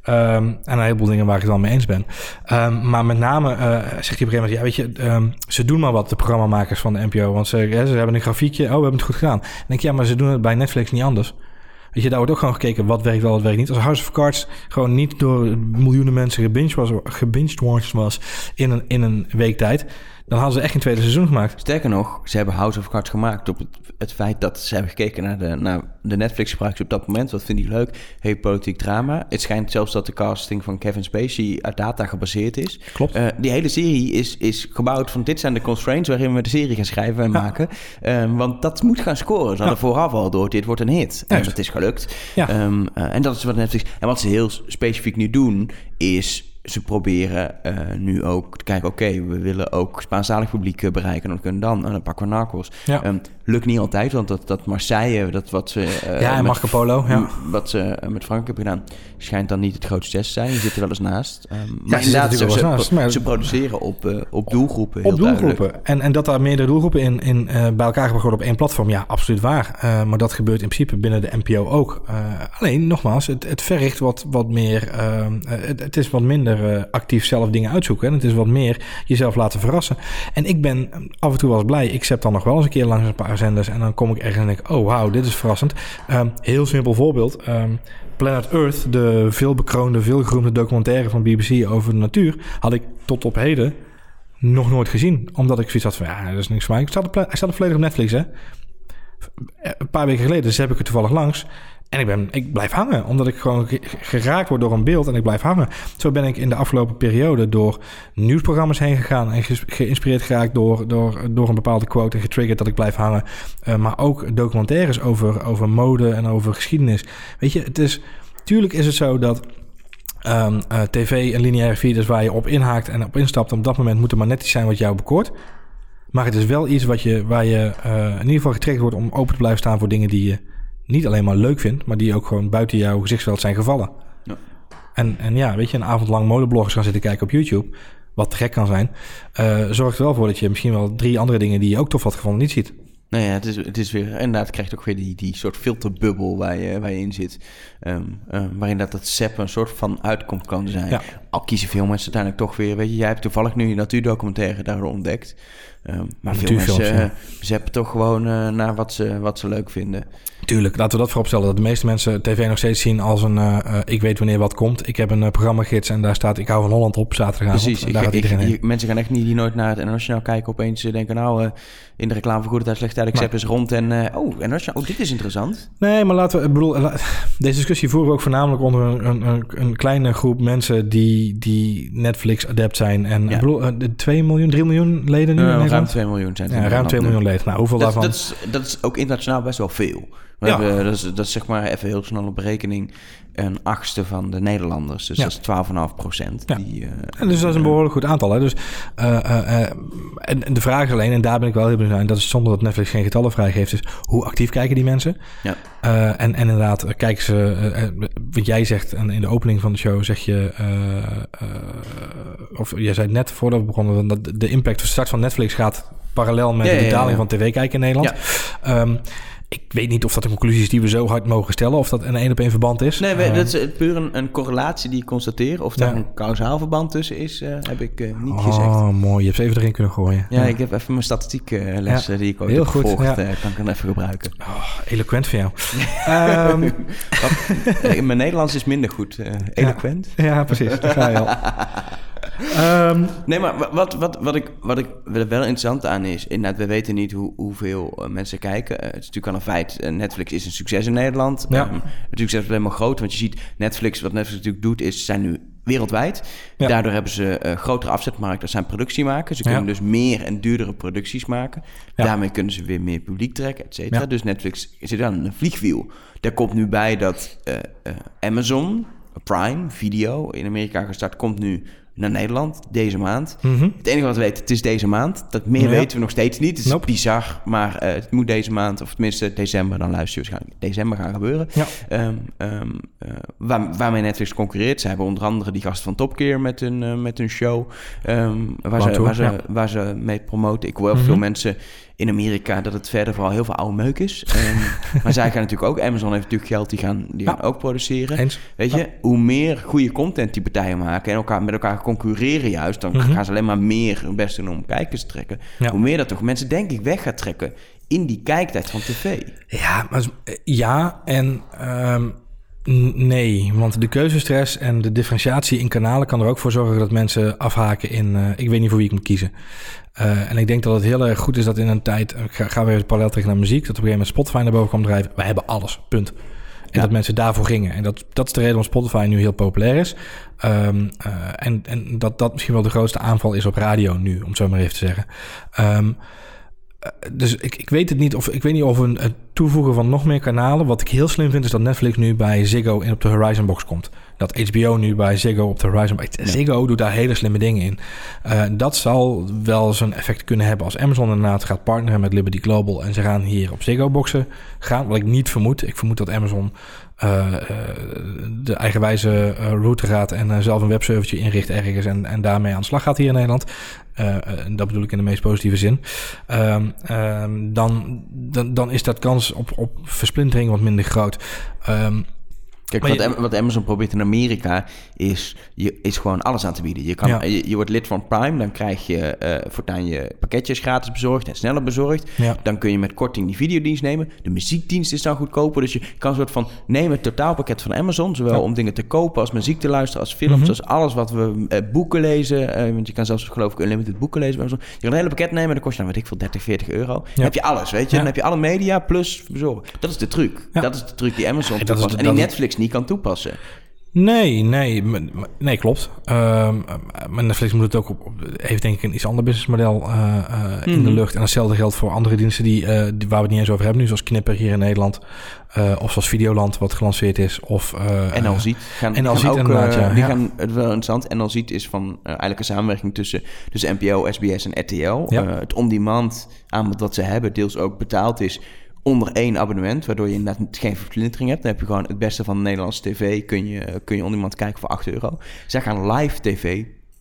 Um, en een heleboel dingen waar ik het wel mee eens ben. Um, maar met name uh, zegt hij op een gegeven moment... ja, weet je, um, ze doen maar wat, de programmamakers van de N P O. Want ze, ja, ze hebben een grafiekje, oh, we hebben het goed gedaan. Dan denk ik, ja, maar ze doen het bij Netflix niet anders. Weet je, daar wordt ook gewoon gekeken wat werkt wel, wat werkt niet. Als House of Cards gewoon niet door miljoenen mensen gebinged was, gebinged was in een, in een week tijd... dan hadden ze echt een tweede seizoen gemaakt. Sterker nog, ze hebben House of Cards gemaakt op het, het feit dat ze hebben gekeken naar de, naar de Netflix-gebruikers op dat moment. Wat vind ik leuk? Heel politiek drama. Het schijnt zelfs dat de casting van Kevin Spacey uit data gebaseerd is. Klopt. Uh, die hele serie is, is gebouwd van dit zijn de constraints waarin we de serie gaan schrijven en ja. maken. Um, want dat moet gaan scoren. Ze hadden ja. vooraf al door, dit wordt een hit. En dat is gelukt. Ja. Um, uh, en dat is wat Netflix... En wat ze heel specifiek nu doen, is... Ze proberen uh, nu ook te kijken... oké, okay, we willen ook Spaanstalig publiek uh, bereiken. Dan kunnen dan, uh, dan pakken we Narcos. Ja. Um, lukt niet altijd, want dat, dat Marseille... dat wat ze uh, ja, en Marco Polo. Ja. Wat ze uh, met Frankrijk hebben gedaan... schijnt dan niet het grootste succes te zijn. Je zit er wel eens naast. Um, ja, maar inderdaad, ze, ze, naast, maar... ze produceren op, uh, op doelgroepen. Op doelgroepen. En, en dat daar meerdere doelgroepen in, in, uh, bij elkaar gebracht worden op één platform. Ja, absoluut waar. Uh, maar dat gebeurt in principe binnen de N P O ook. Uh, alleen, nogmaals, het, het vergt wat, wat meer... Uh, het, het is wat minder uh, actief zelf dingen uitzoeken. En het is wat meer jezelf laten verrassen. En ik ben af en toe wel eens blij. Ik zet dan nog wel eens een keer langs een paar zenders. En dan kom ik ergens en denk, oh wauw, dit is verrassend. Um, heel simpel voorbeeld. Um, Planet Earth, de veelbekroonde, veelgeroemde documentaire van B B C over de natuur, had ik tot op heden nog nooit gezien. Omdat ik zoiets had van, ja, dat is niks voor mij. Ik staat hij staat volledig op Netflix, hè. Een paar weken geleden, dus heb ik er toevallig langs. En ik, ben, ik blijf hangen, omdat ik gewoon geraakt word door een beeld en ik blijf hangen. Zo ben ik in de afgelopen periode door nieuwsprogramma's heen gegaan en ge- geïnspireerd geraakt door, door, door een bepaalde quote en getriggerd dat ik blijf hangen. Uh, maar ook documentaires over, over mode en over geschiedenis. Weet je, het is, tuurlijk is het zo dat um, uh, tv en lineaire feeders waar je op inhaakt en op instapt, op dat moment moet er maar net iets zijn wat jou bekoort. Maar het is wel iets wat je, waar je uh, in ieder geval getriggerd wordt om open te blijven staan voor dingen die je niet alleen maar leuk vindt, maar die ook gewoon buiten jouw gezichtsveld zijn gevallen. Ja. En, en ja, weet je, een avond lang modebloggers gaan zitten kijken op YouTube, wat gek kan zijn, uh, zorgt er wel voor dat je misschien wel drie andere dingen die je ook tof had gevonden niet ziet. Nou ja, het is, het is weer, inderdaad, krijg je ook weer die, die soort filterbubbel waar je, waar je in zit. Um, um, waarin dat het zappen een soort van uitkomst kan zijn. Ja. al kiezen veel mensen uiteindelijk toch weer... Weet je, jij hebt toevallig nu je natuurdocumentaire daardoor ontdekt. Um, maar veel mensen ja. zeppen toch gewoon uh, naar wat ze, wat ze leuk vinden. Tuurlijk, laten we dat vooropstellen. Dat de meeste mensen tv nog steeds zien als een... Uh, uh, ik weet wanneer wat komt. Ik heb een uh, programmagids en daar staat... Ik hou van Holland op zaterdagavond. Precies. En daar ik, gaat iedereen ik, heen. Die, mensen gaan echt niet die nooit naar het N O S-journaal kijken. Opeens denken nou... Uh, in de reclame voor goede tijd, slechte tijd. Ik zet eens rond en... Uh, oh, N O S, oh, dit is interessant. Nee, maar laten we... Ik bedoel, la, deze discussie voeren we ook voornamelijk onder een, een, een kleine groep mensen... die, die Netflix-adept zijn. En ja. ik bedoel, uh, twee miljoen, drie miljoen leden nu uh, in Nederland? Ruim twee miljoen zijn het. Ja, ruim twee miljoen leden. Nou, hoeveel dat, daarvan... Dat is, dat is ook internationaal best wel veel. We ja. hebben, dat, is, dat is zeg maar even heel snel op berekening... een achtste van de Nederlanders. Dus ja. dat is twaalf komma vijf procent. Ja. Die, uh, en dus dat is een behoorlijk goed aantal. Hè? Dus, uh, uh, uh, en, en de vraag alleen, en daar ben ik wel heel benieuwd naar... en dat is zonder dat Netflix geen getallen vrijgeeft... is hoe actief kijken die mensen? Ja. Uh, en, en inderdaad, kijken ze... Uh, uh, wat jij zegt, en in de opening van de show zeg je... Uh, uh, of jij zei net voordat we begonnen... dat de impact, de start van Netflix gaat... parallel met ja, de daling ja, ja. van tv kijken in Nederland. Ja. Um, Ik weet niet of dat de conclusie is die we zo hard mogen stellen... of dat een één op één verband is. Nee, uh, dat is puur een, een correlatie die ik constateer. Of daar ja. een kausaal verband tussen is, uh, heb ik uh, niet oh, gezegd. Oh, mooi. Je hebt ze even erin kunnen gooien. Ja, ja. ik heb even mijn statistiek uh, lessen ja. die ik ooit Heel heb goed, gevolgd. Ja. Uh, kan ik dan even gebruiken. Oh, eloquent van jou. um, Wat, in mijn Nederlands is minder goed. Uh, eloquent? Ja, ja, precies. Daar ga je al. Um, nee, maar wat, wat, wat, ik, wat ik wel interessant aan is... inderdaad, we weten niet hoe, hoeveel uh, mensen kijken. Uh, het is natuurlijk al een feit. Uh, Netflix is een succes in Nederland. Ja. Um, het succes is helemaal groot. Want je ziet, Netflix, wat Netflix natuurlijk doet... is zijn nu wereldwijd. Ja. Daardoor hebben ze uh, grotere afzetmarkt. Dat zijn productie maken. Ze kunnen ja. dus meer en duurdere producties maken. Ja. Daarmee kunnen ze weer meer publiek trekken, et cetera. Ja. Dus Netflix zit aan een vliegwiel. Daar komt nu bij dat uh, uh, Amazon Prime Video in Amerika gestart... komt nu naar Nederland deze maand. Mm-hmm. Het enige wat we weten, het is deze maand. Dat meer ja. weten we nog steeds niet. Het is nope. bizar, maar uh, het moet deze maand... of tenminste december, dan luister je waarschijnlijk... december gaan gebeuren. Ja. Um, um, uh, waar, waarmee Netflix concurreert. Ze hebben onder andere die gasten van Top Gear... met hun, uh, met hun show. Um, waar, ze, waar, ze, ja. waar ze mee promoten. Ik hoor mm-hmm. veel mensen... in Amerika dat het verder vooral heel veel oude meuk is. Um, maar zij gaan natuurlijk ook... Amazon heeft natuurlijk geld, die gaan, die ja. gaan ook produceren. Eens. Weet je, ja. hoe meer goede content die partijen maken... en elkaar met elkaar concurreren juist... dan mm-hmm. gaan ze alleen maar meer hun best doen om kijkers te trekken. Ja. Hoe meer dat toch mensen denk ik weg gaat trekken... in die kijktijd van tv. Ja, maar, ja en... Um... Nee, want de keuzestress en de differentiatie in kanalen... kan er ook voor zorgen dat mensen afhaken in... Uh, ik weet niet voor wie ik moet kiezen. Uh, en ik denk dat het heel erg goed is dat in een tijd... Ik ga, gaan we even parallel terug naar muziek... dat op een gegeven moment Spotify naar boven kwam drijven. Wij hebben alles, punt. En ja. dat mensen daarvoor gingen. En dat, dat is de reden waarom Spotify nu heel populair is. Um, uh, en en dat dat misschien wel de grootste aanval is op radio nu... om het zo maar even te zeggen. Um, Dus ik, ik weet het niet of ik weet niet of een, een toevoegen van nog meer kanalen. Wat ik heel slim vind is dat Netflix nu bij Ziggo in op de Horizon Box komt. Dat H B O nu bij Ziggo op de Horizon Box. Ja. Ziggo doet daar hele slimme dingen in. Uh, dat zal wel zijn effect kunnen hebben als Amazon inderdaad gaat partneren met Liberty Global en ze gaan hier op Ziggo boxen gaan. Wat ik niet vermoed. Ik vermoed dat Amazon uh, uh, de eigenwijze uh, route gaat en uh, zelf een webservertje inricht ergens en, en daarmee aan de slag gaat hier in Nederland. Uh, en dat bedoel ik in de meest positieve zin. Um, um, dan, dan, dan is dat kans op, op versplintering wat minder groot. Um, Kijk, wat, je, wat Amazon probeert in Amerika is, je, is gewoon alles aan te bieden. Je, kan, ja. je, je wordt lid van Prime, dan krijg je uh, voortaan je pakketjes gratis bezorgd en sneller bezorgd. Ja. Dan kun je met korting die videodienst nemen. De muziekdienst is dan goedkoper. Dus je kan een soort van neem het totaalpakket van Amazon. Zowel ja. om dingen te kopen als muziek te luisteren, als films, mm-hmm. als alles wat we uh, boeken lezen. Uh, want je kan zelfs geloof ik unlimited boeken lezen bij Amazon. Je kan een hele pakket nemen, dan kost je dan weet ik veel dertig, veertig euro. Ja. Dan heb je alles, weet je. Ja. Dan heb je alle media plus bezorgen. Dat is de truc. Ja. Dat is de truc die Amazon ja, toepast. En die Netflix niet kan toepassen. Nee, nee, nee, klopt. Uh, maar Netflix moet het ook op, op heeft denk ik een iets ander businessmodel uh, uh, in mm-hmm. de lucht. En datzelfde geldt voor andere diensten die, uh, die waar we het niet eens over hebben nu, zoals Knipper hier in Nederland, uh, of zoals Videoland wat gelanceerd is, of uh, en Al Ziet. Gaan, en Al Ziet ook, uh, ja. Die ja. gaan het wel interessant. En Al Ziet is van uh, eigenlijk een samenwerking tussen, tussen N P O, S B S en R T L. Ja. Uh, het on-demand aanbod dat ze hebben, deels ook betaald is onder één abonnement, waardoor je inderdaad geen versplintering hebt. Dan heb je gewoon het beste van de Nederlandse tv, kun je, kun je on-demand kijken voor acht euro. Zij gaan live tv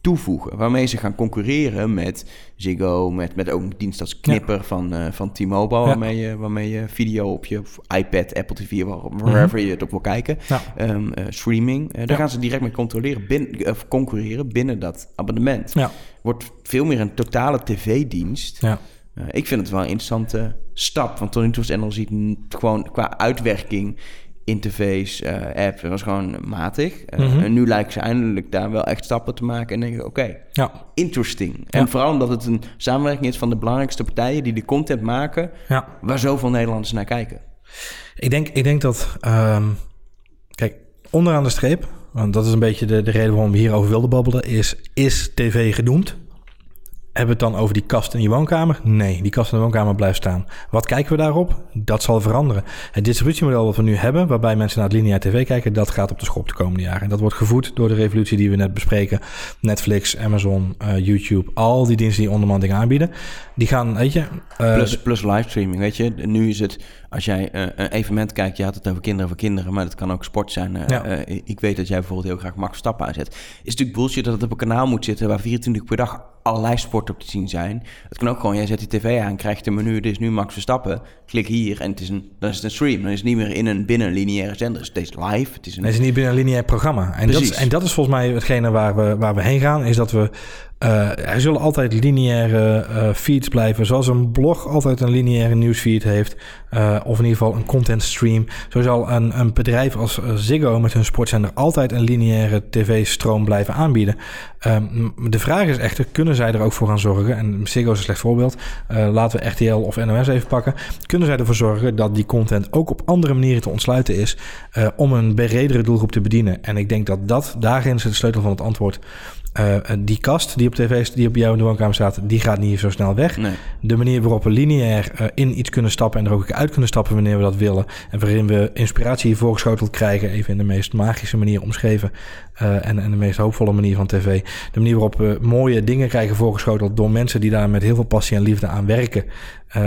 toevoegen. Waarmee ze gaan concurreren met Ziggo, met, met ook een dienst als Knipper ja. van, uh, van T-Mobile, ja. waarmee, je, waarmee je video op je iPad, Apple T V, waar, wherever mm-hmm. je het op wil kijken, ja. um, uh, streaming, uh, daar ja. gaan ze direct mee controleren, bin, uh, concurreren binnen dat abonnement. Ja. Wordt veel meer een totale tv-dienst. Ja. Uh, ik vind het wel een interessante stap, want tot nu toe was N L ziet gewoon qua uitwerking interface, uh, app, was gewoon matig. Uh, mm-hmm. En nu lijken ze eindelijk daar wel echt stappen te maken en denken, oké, okay, ja. interesting. Ja. En vooral omdat het een samenwerking is van de belangrijkste partijen die de content maken, ja. waar zoveel Nederlanders naar kijken. Ik denk, ik denk dat, um, kijk, onderaan de streep, want dat is een beetje de, de reden waarom we hierover wilden babbelen, is, is tv gedoemd? Hebben we het dan over die kast in je woonkamer? Nee, die kast in de woonkamer blijft staan. Wat kijken we daarop? Dat zal veranderen. Het distributiemodel wat we nu hebben, waarbij mensen naar het lineair tv kijken, dat gaat op de schop de komende jaren. En dat wordt gevoed door de revolutie die we net bespreken. Netflix, Amazon, uh, YouTube, al die diensten die on-demand dingen aanbieden. Die gaan, weet je... Uh, plus, plus livestreaming, weet je. Nu is het, als jij uh, een evenement kijkt, je had het over kinderen voor kinderen, maar dat kan ook sport zijn. Uh, ja. uh, ik weet dat jij bijvoorbeeld heel graag Max Verstappen aanzet. Is natuurlijk bullshit dat het op een kanaal moet zitten waar vierentwintig per dag allerlei sporten op te zien zijn. Het kan ook gewoon, jij zet die tv aan, krijgt een menu, dit is nu Max Verstappen, klik hier en het is een, dan is het een stream. Dan is het niet meer in een binnen lineaire zender. Het is live. Het is een... Het is niet binnen een lineair programma. En dat, is, en dat is volgens mij hetgene waar we, waar we heen gaan, is dat we Uh, er zullen altijd lineaire uh, feeds blijven. Zoals een blog altijd een lineaire nieuwsfeed heeft. Uh, of in ieder geval een content stream. Zo zal een, een bedrijf als uh, Ziggo met hun sportzender altijd een lineaire tv-stroom blijven aanbieden. Um, de vraag is echter, kunnen zij er ook voor gaan zorgen? En Ziggo is een slecht voorbeeld. Uh, laten we R T L of N O S even pakken. Kunnen zij ervoor zorgen dat die content ook op andere manieren te ontsluiten is? Uh, om een bredere doelgroep te bedienen. En ik denk dat dat daarin is de sleutel van het antwoord. Uh, die kast die op tv die op jou in de woonkamer staat, die gaat niet zo snel weg. Nee. De manier waarop we lineair uh, in iets kunnen stappen en er ook uit kunnen stappen wanneer we dat willen. En waarin we inspiratie voorgeschoteld krijgen, even in de meest magische manier omschreven. Uh, en, en de meest hoopvolle manier van tv. De manier waarop we mooie dingen krijgen voorgeschoteld door mensen die daar met heel veel passie en liefde aan werken. Uh,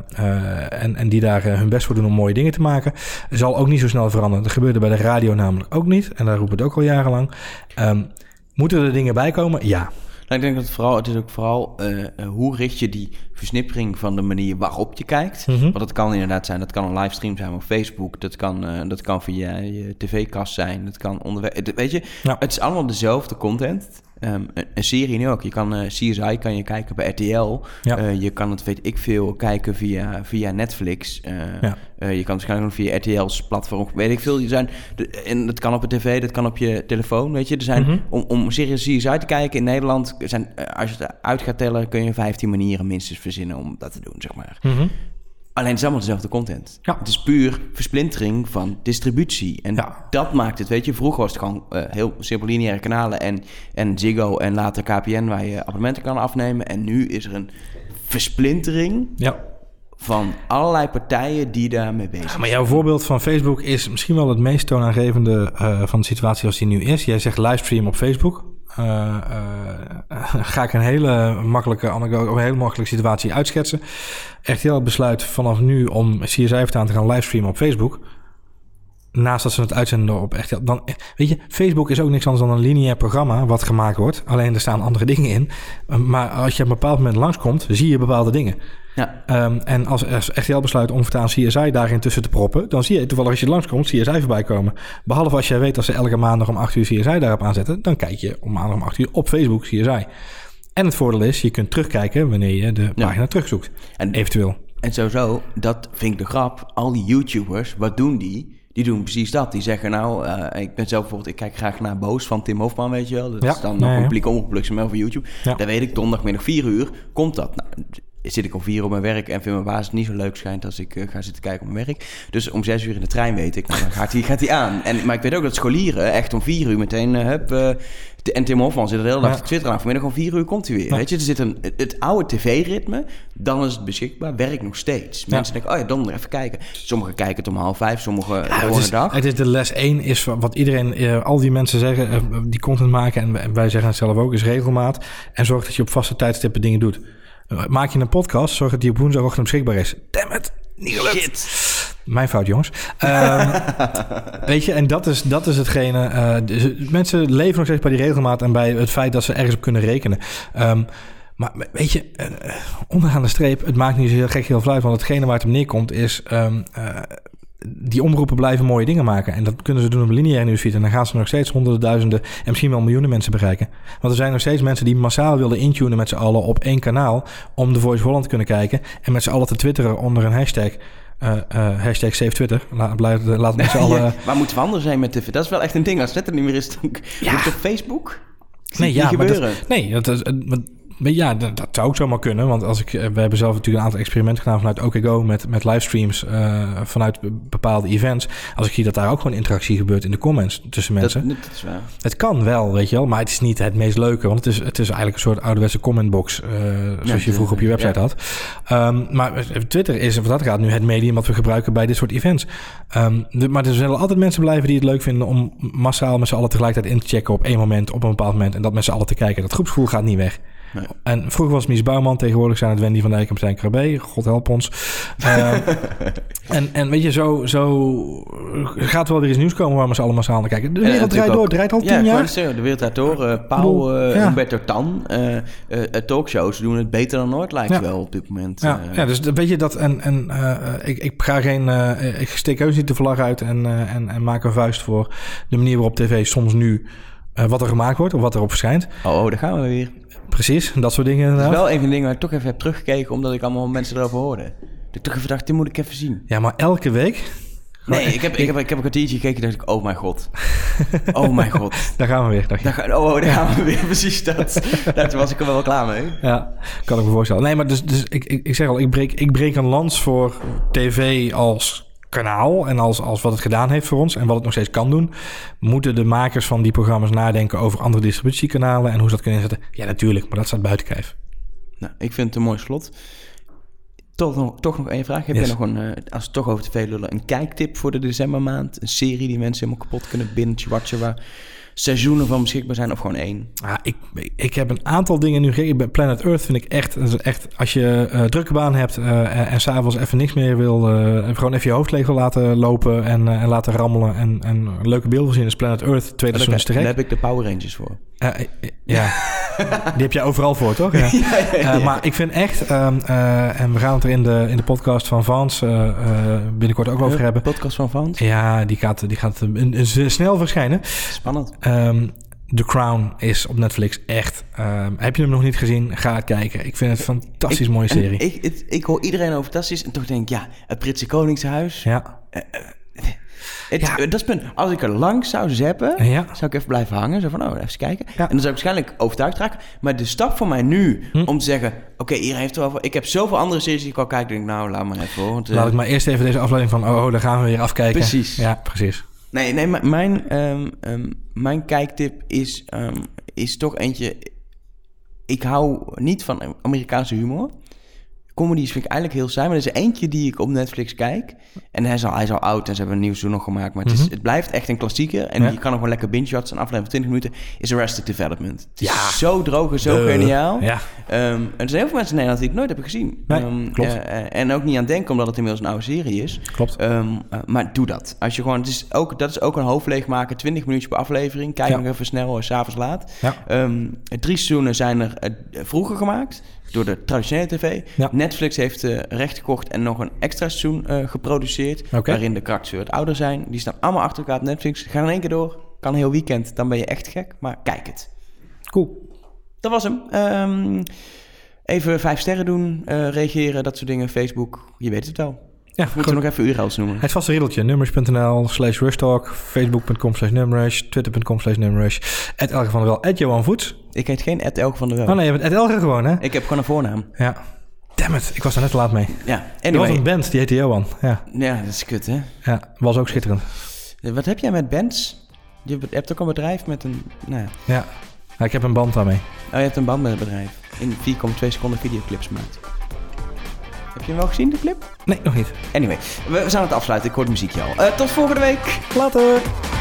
uh, en, en die daar uh, hun best voor doen om mooie dingen te maken. Zal ook niet zo snel veranderen. Dat gebeurde bij de radio namelijk ook niet. En daar roepen we het ook al jarenlang. Um, Moeten er dingen bij komen? Ja. Nou, ik denk dat het vooral, het is ook vooral uh, uh, hoe richt je die versnippering van de manier waarop je kijkt. Mm-hmm. Want dat kan inderdaad zijn, dat kan een livestream zijn op Facebook, dat kan, uh, dat kan via je tv-kast zijn, dat kan onderweg. Weet je, ja. Het is allemaal dezelfde content. Um, een, een serie nu ook. Je kan uh, C S I kan je kijken bij R T L. Ja. Uh, je kan het, weet ik veel, kijken via, via Netflix. Uh, ja. uh, je kan waarschijnlijk ook via R T L's platform, weet ik veel. Je zijn, de, en dat kan op de tv, dat kan op je telefoon, weet je. Er zijn, mm-hmm. om, om serieus C S I te kijken in Nederland, zijn, uh, als je het uit gaat tellen, kun je vijftien manieren minstens verzinnen om dat te doen, zeg maar. Mm-hmm. Alleen het is allemaal dezelfde content. Ja. Het is puur versplintering van distributie. En ja. dat maakt het, weet je. Vroeger was het gewoon uh, heel simpel lineaire kanalen en, en Ziggo en later K P N waar je abonnementen kan afnemen. En nu is er een versplintering ja. van allerlei partijen die daarmee bezig zijn. Ja, maar jouw voorbeeld van Facebook is misschien wel het meest toonaangevende uh, van de situatie als die nu is. Jij zegt livestream op Facebook. Uh, uh, ga ik een hele makkelijke anekdote of een hele makkelijke situatie uitschetsen. R T L besluit vanaf nu om C S I aan te gaan livestreamen op Facebook. Naast dat ze het uitzenden op R T L. Dan, weet je, Facebook is ook niks anders dan een lineair programma wat gemaakt wordt. Alleen er staan andere dingen in. Maar als je op een bepaald moment langskomt, zie je bepaalde dingen. Ja. Um, en als R T L besluit om voortaan C S I daarin tussen te proppen, dan zie je toevallig als je langskomt C S I voorbij komen. Behalve als jij weet dat ze elke maandag om acht uur C S I daarop aanzetten, dan kijk je om maandag om acht uur op Facebook C S I. En het voordeel is, je kunt terugkijken wanneer je de pagina ja. terugzoekt. En eventueel. En sowieso, dat vind ik de grap. Al die YouTubers, wat doen die? Die doen precies dat. Die zeggen nou, uh, ik ben zelf bijvoorbeeld, ik kijk graag naar Boos van Tim Hofman, weet je wel. Dat ja. is dan nog nee, een publiek omgeplukt over YouTube. Ja. Dan weet ik, donderdagmiddag vier uur komt dat. Nou, zit ik om vier uur op mijn werk en vind mijn baas het niet zo leuk schijnt als ik uh, ga zitten kijken op mijn werk. Dus om zes uur in de trein weet ik, nou, dan gaat hij gaat hij aan. En, maar ik weet ook dat scholieren echt om vier uur meteen, uh, hup, uh, en Tim Hofman zit de hele dag ja. te twitteren aan. Vanmiddag om vier uur komt hij weer. Ja. Weet je, er zit een, het oude tv-ritme, dan is het beschikbaar, werkt nog steeds. Ja. Mensen denken, oh ja, dan even kijken. Sommigen kijken het om half vijf, sommigen ja, de volgende dag. Het is de les één, is wat iedereen, uh, al die mensen zeggen, uh, die content maken, en wij zeggen het zelf ook, is regelmaat. En zorg dat je op vaste tijdstippen dingen doet. Uh, maak je een podcast, zorg dat die op woensdagochtend beschikbaar is. Damn it, niet gelukt. Shit. Mijn fout, jongens. Um, weet je, en dat is, dat is hetgene... Uh, dus mensen leven nog steeds bij die regelmaat en bij het feit dat ze ergens op kunnen rekenen. Um, maar weet je, uh, onderaan de streep, het maakt niet zo heel gek heel veel uit, want hetgene waar het op neerkomt is... Um, uh, die omroepen blijven mooie dingen maken. En dat kunnen ze doen op lineaire nieuwsfeed. En dan gaan ze nog steeds honderden, duizenden en misschien wel miljoenen mensen bereiken. Want er zijn nog steeds mensen die massaal willen intunen met z'n allen op één kanaal om The Voice Holland te kunnen kijken. En met z'n allen te twitteren onder een hashtag. Uh, uh, hashtag save Twitter. Laat, laat, laat met z'n allen... Ja, maar moeten we anders zijn met Twitter? Dat is wel echt een ding. Als Twitter niet meer is, dan ja. Moet op Facebook? Nee, ja, maar dat, nee, dat is... Ja, dat, dat zou ook zomaar kunnen. Want als ik, we hebben zelf natuurlijk een aantal experimenten gedaan vanuit OkGo met, met livestreams uh, vanuit bepaalde events. Als ik zie dat daar ook gewoon interactie gebeurt in de comments tussen mensen. Dat, dat is waar. Het kan wel, weet je wel. Maar het is niet het meest leuke. Want het is, het is eigenlijk een soort ouderwetse commentbox. Uh, zoals ja, je vroeger op je website ja. had. Um, maar Twitter is, wat dat gaat, nu het medium wat we gebruiken bij dit soort events. Um, de, maar er zullen altijd mensen blijven die het leuk vinden om massaal met z'n allen tegelijkertijd in te checken op één moment, op een bepaald moment. En dat met z'n allen te kijken. Dat groepsgevoel gaat niet weg. Nee. En vroeger was Mies Bouwman, tegenwoordig zijn het Wendy van Dijk en Martijn Krabbe. God help ons. Uh, en, en weet je, zo, zo gaat er wel weer eens nieuws komen waar we ze allemaal samen naar kijken. De wereld ja, draait door, het draait al tien ja, jaar. Ja, de wereld draait door. Uh, Pauw, uh, ja. Humberto Tan, uh, uh, talkshows doen het beter dan nooit, lijkt ja. wel op dit moment. Ja, uh, ja dus weet je dat, en, en uh, ik, ik ga geen, uh, ik steek heus niet de vlag uit en, uh, en, en maak een vuist voor de manier waarop tv soms nu, uh, wat er gemaakt wordt of wat erop verschijnt. Oh, oh daar gaan we weer. Precies, dat soort dingen inderdaad. Dat is wel een van de dingen waar ik toch even heb teruggekeken, omdat ik allemaal mensen erover hoorde. Dat ik toch even dacht, dit moet ik even zien. Ja, maar elke week? Nee, ik heb, ik heb, ik heb een kwartiertje gekeken en dacht ik, oh mijn god. Oh mijn god. Daar gaan we weer. Dacht je. Daar ga, oh, daar gaan we weer, precies dat. Daar was ik er wel klaar mee. Ja, kan ik me voorstellen. Nee, maar dus, dus ik, ik, ik zeg al, ik breek, ik breek een lans voor tv als kanaal en als, als wat het gedaan heeft voor ons en wat het nog steeds kan doen. Moeten de makers van die programma's nadenken over andere distributiekanalen en hoe ze dat kunnen inzetten? Ja, natuurlijk, maar dat staat buiten kijf. Nou, ik vind het een mooi slot. Toch nog, toch nog één vraag. Heb yes. je nog een, uh, als we toch over tv lullen, een kijktip voor de decembermaand? Een serie die mensen helemaal kapot kunnen binge-watchen, waar seizoenen van beschikbaar zijn of gewoon één? Ah, ik, ik heb een aantal dingen nu gekeken. Planet Earth vind ik echt, echt als je uh, drukke baan hebt uh, en, en s'avonds even niks meer wil, uh, gewoon even je hoofd leeg wil laten lopen en, uh, en laten rammelen en, en leuke beelden zien, is Planet Earth, tweede seizoen is te gek. Daar heb ik de Power Rangers voor. Uh, ja, die heb jij overal voor, toch? Ja. Ja, ja, ja. Uh, maar ik vind echt, um, uh, en we gaan het er in de, in de podcast van Vans uh, uh, binnenkort ook over hebben. De podcast van Vans? Ja, die gaat, die gaat uh, uh, snel verschijnen. Spannend. Um, The Crown is op Netflix echt... Um, heb je hem nog niet gezien? Ga het kijken. Ik vind het een fantastisch ik, mooie serie. Ik, ik, ik hoor iedereen over fantastisch en toch denk ik, ja, het Britse Koningshuis. Ja. Uh, uh, Het, ja. Dat is punt. Als ik er langs zou zappen, ja. zou ik even blijven hangen. Zo van, oh, even kijken. Ja. En dan zou ik waarschijnlijk overtuigd raken. Maar de stap voor mij nu hm. om te zeggen... Oké, okay, iedereen heeft er wel voor. Ik heb zoveel andere series die ik al kijk. Denk ik, nou, laat maar even hoor. Want, laat uh, ik maar eerst even deze aflevering van... Oh, oh, daar gaan we weer afkijken. Precies. Ja, precies. Nee, nee, m- mijn, um, um, mijn kijktip is, um, is toch eentje... Ik hou niet van Amerikaanse humor. Comedies vind ik eigenlijk heel saai. Maar er is eentje die ik op Netflix kijk. En hij is al, hij is al oud en ze hebben een nieuw seizoen nog gemaakt. Maar het, is, mm-hmm. het blijft echt een klassieker. En ja. je kan nog gewoon lekker binge-watchen. Een aflevering van twintig minuten is Arrested Development. Het is ja. zo droog en zo uh, geniaal. Ja. Um, er zijn heel veel mensen in Nederland die het nooit hebben gezien. Nee, um, klopt. Uh, en ook niet aan denken, omdat het inmiddels een oude serie is. Klopt. Um, uh, maar doe dat. Als je gewoon, het is ook, dat is ook een hoofd leegmaken. twintig minuutjes per aflevering. Kijk ja. nog even snel, s'avonds laat. Ja. Um, drie seizoenen zijn er uh, vroeger gemaakt. Door de traditionele tv. Ja. Netflix heeft uh, recht gekocht en nog een extra seizoen uh, geproduceerd. Okay. Waarin de karakters wat ouder zijn. Die staan allemaal achter elkaar op Netflix. Ga in één keer door. Kan een heel weekend. Dan ben je echt gek. Maar kijk het. Cool. Dat was hem. Um, even vijf sterren doen. Uh, reageren. Dat soort dingen. Facebook. Je weet het wel. Ja, moeten goed. We nog even U R L's noemen. Het vaste riedeltje. Nummers.nl slash Rushtalk. Facebook.com slash Numrush. Twitter.com slash Numrush. Ed Elger van der Wel. Ed Johan Voets. Ik heet geen Ed Elger van der Wel. Oh nee, je bent Ed Elger gewoon, hè? Ik heb gewoon een voornaam. Ja. Damn it, ik was er net te laat mee. Ja, anyway. Er was een band, die heette Johan. Ja, ja dat is kut, hè? Ja, was ook schitterend. Wat heb jij met bands? Je hebt ook een bedrijf met een... Nou ja. Ja, ja ik heb een band daarmee. Oh, je hebt een band met een bedrijf. In vier komma twee seconden videoclips gemaakt. Heb je hem wel gezien, de clip? Nee, nog niet. Anyway, we, we zijn aan het afsluiten. Ik hoor de muziekje al. Uh, tot volgende week. Later.